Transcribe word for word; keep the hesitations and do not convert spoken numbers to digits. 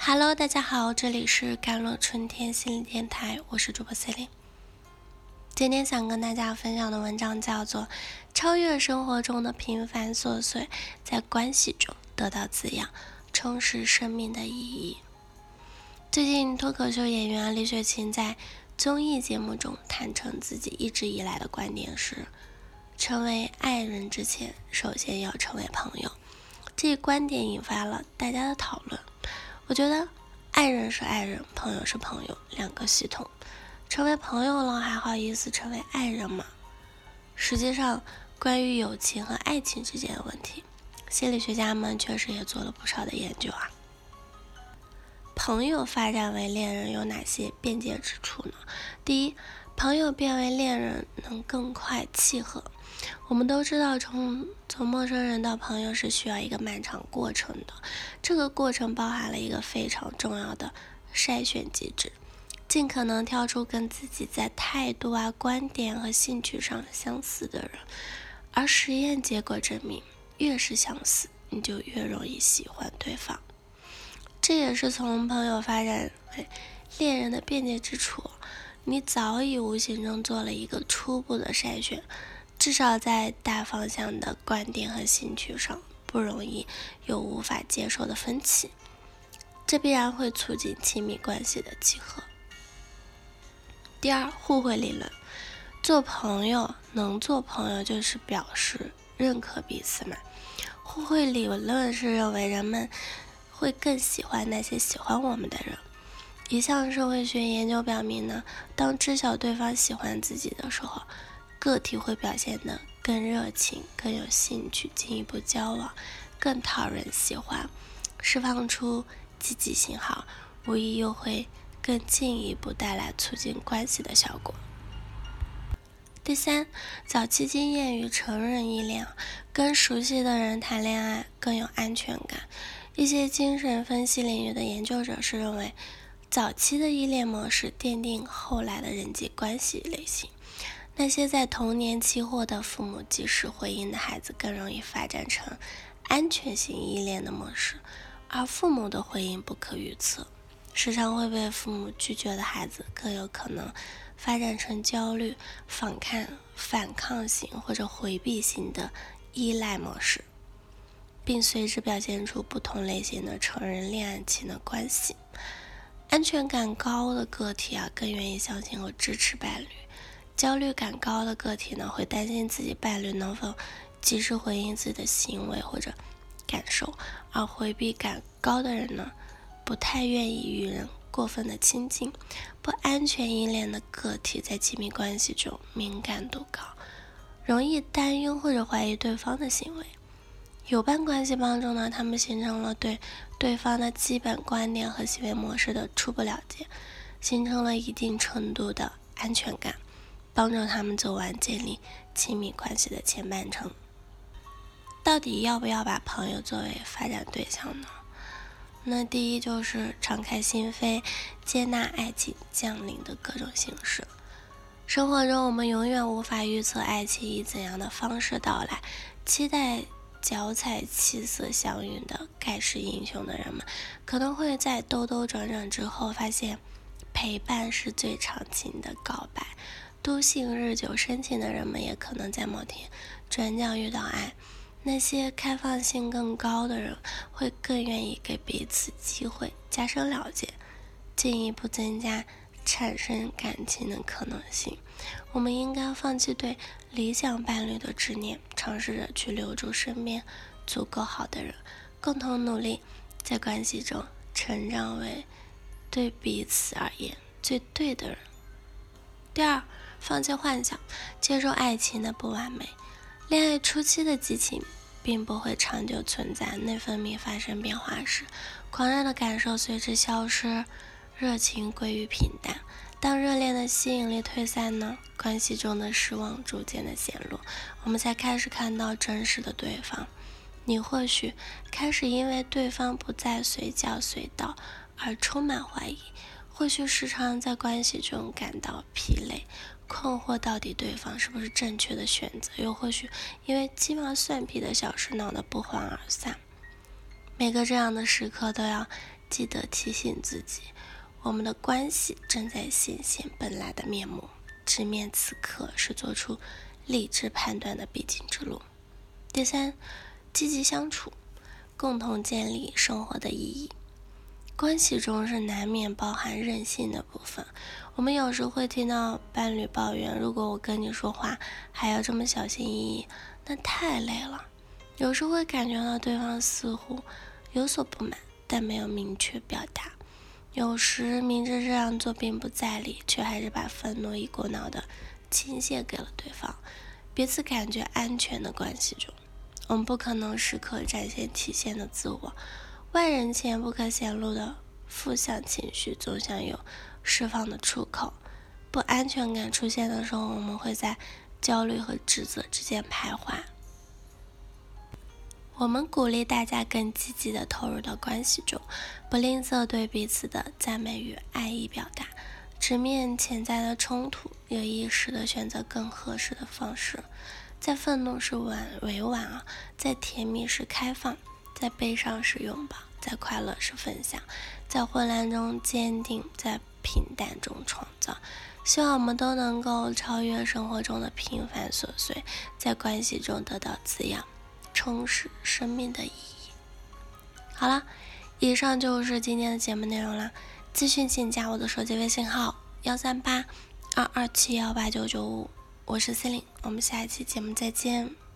Hello， 大家好，这里是甘露春天心理电台，我是主播 C L。今天想跟大家分享的文章叫做《超越生活中的平凡琐碎，在关系中得到滋养，充实生命的意义》。最近脱口秀演员李雪琴在综艺节目中坦诚自己一直以来的观点是：成为爱人之前，首先要成为朋友。这一观点引发了大家的讨论。我觉得爱人是爱人，朋友是朋友，两个系统。成为朋友了，还好意思成为爱人吗？实际上，关于友情和爱情之间的问题，心理学家们确实也做了不少的研究啊。朋友发展为恋人有哪些便捷之处呢？第一，朋友变为恋人能更快契合。我们都知道从从陌生人到朋友是需要一个漫长过程的，这个过程包含了一个非常重要的筛选机制，尽可能挑出跟自己在态度啊、观点和兴趣上相似的人。而实验结果证明，越是相似，你就越容易喜欢对方。这也是从朋友发展为恋人的便捷之处，你早已无形中做了一个初步的筛选，至少在大方向的观点和兴趣上不容易有无法接受的分歧，这必然会促进亲密关系的契合。第二，互惠理论。做朋友，能做朋友就是表示认可彼此嘛。互惠理论是认为人们会更喜欢那些喜欢我们的人。一项社会学研究表明呢，当知晓对方喜欢自己的时候，个体会表现得更热情，更有兴趣进一步交往，更讨人喜欢，释放出积极信号，无疑又会更进一步带来促进关系的效果。第三，早期经验与成人依恋，跟熟悉的人谈恋爱更有安全感。一些精神分析领域的研究者是认为，早期的依恋模式奠定后来的人际关系类型。那些在童年期获得父母及时回应的孩子更容易发展成安全型依恋的模式，而父母的回应不可预测，时常会被父母拒绝的孩子更有可能发展成焦虑、反抗、反抗型或者回避型的依赖模式，并随之表现出不同类型的成人恋爱期的关系。安全感高的个体啊，更愿意相信和支持伴侣。焦虑感高的个体呢，会担心自己伴侣能否及时回应自己的行为或者感受，而回避感高的人呢，不太愿意与人过分的亲近。不安全依恋的个体在亲密关系中敏感度高，容易担忧或者怀疑对方的行为。有伴关系帮助呢，他们形成了对对方的基本观点和行为模式的初步了解，形成了一定程度的安全感，帮助他们走完建立亲密关系的前半程。到底要不要把朋友作为发展对象呢？那第一就是敞开心扉，接纳爱情降临的各种形式。生活中我们永远无法预测爱情以怎样的方式到来，期待脚踩七色祥云的盖世英雄的人们，可能会在兜兜转转之后发现陪伴是最长情的告白。笃信日久生情的人们也可能在某天转角遇到爱。那些开放性更高的人会更愿意给彼此机会，加深了解，进一步增加产生感情的可能性。我们应该放弃对理想伴侣的执念，尝试着去留住身边足够好的人，共同努力在关系中成长为对彼此而言最对的人。第二，放弃幻想，接受爱情的不完美。恋爱初期的激情并不会长久存在，内分泌发生变化时，狂热的感受随之消失，热情归于平淡。当热恋的吸引力退散呢，关系中的失望逐渐的显露，我们才开始看到真实的对方。你或许开始因为对方不再随叫随到而充满怀疑，或许时常在关系中感到疲累，困惑到底对方是不是正确的选择，又或许因为鸡毛蒜皮的小事闹得不欢而散。每个这样的时刻都要记得提醒自己，我们的关系正在显现本来的面目，直面此刻是做出理智判断的必经之路。第三，积极相处，共同建立生活的意义。关系中是难免包含任性的部分，我们有时会听到伴侣抱怨，如果我跟你说话还要这么小心翼翼，那太累了。有时会感觉到对方似乎有所不满，但没有明确表达。有时明知这样做并不在理，却还是把愤怒一股脑的倾泻给了对方。彼此感觉安全的关系中，我们不可能时刻展现体现的自我，外人前不可显露的负向情绪总想有释放的出口。不安全感出现的时候，我们会在焦虑和指责之间徘徊。我们鼓励大家更积极地投入到关系中，不吝啬对彼此的赞美与爱意表达，直面潜在的冲突，有意识地选择更合适的方式。在愤怒时婉委婉啊，在甜蜜时开放，在悲伤时拥抱，在快乐时分享，在混乱中坚定，在平淡中创造。希望我们都能够超越生活中的平凡琐碎，在关系中得到滋养，充实生命的意义。好了，以上就是今天的节目内容了。咨询请加我的手机微信号幺三八二二七幺八九九五，我是 Celine， 我们下一期节目再见。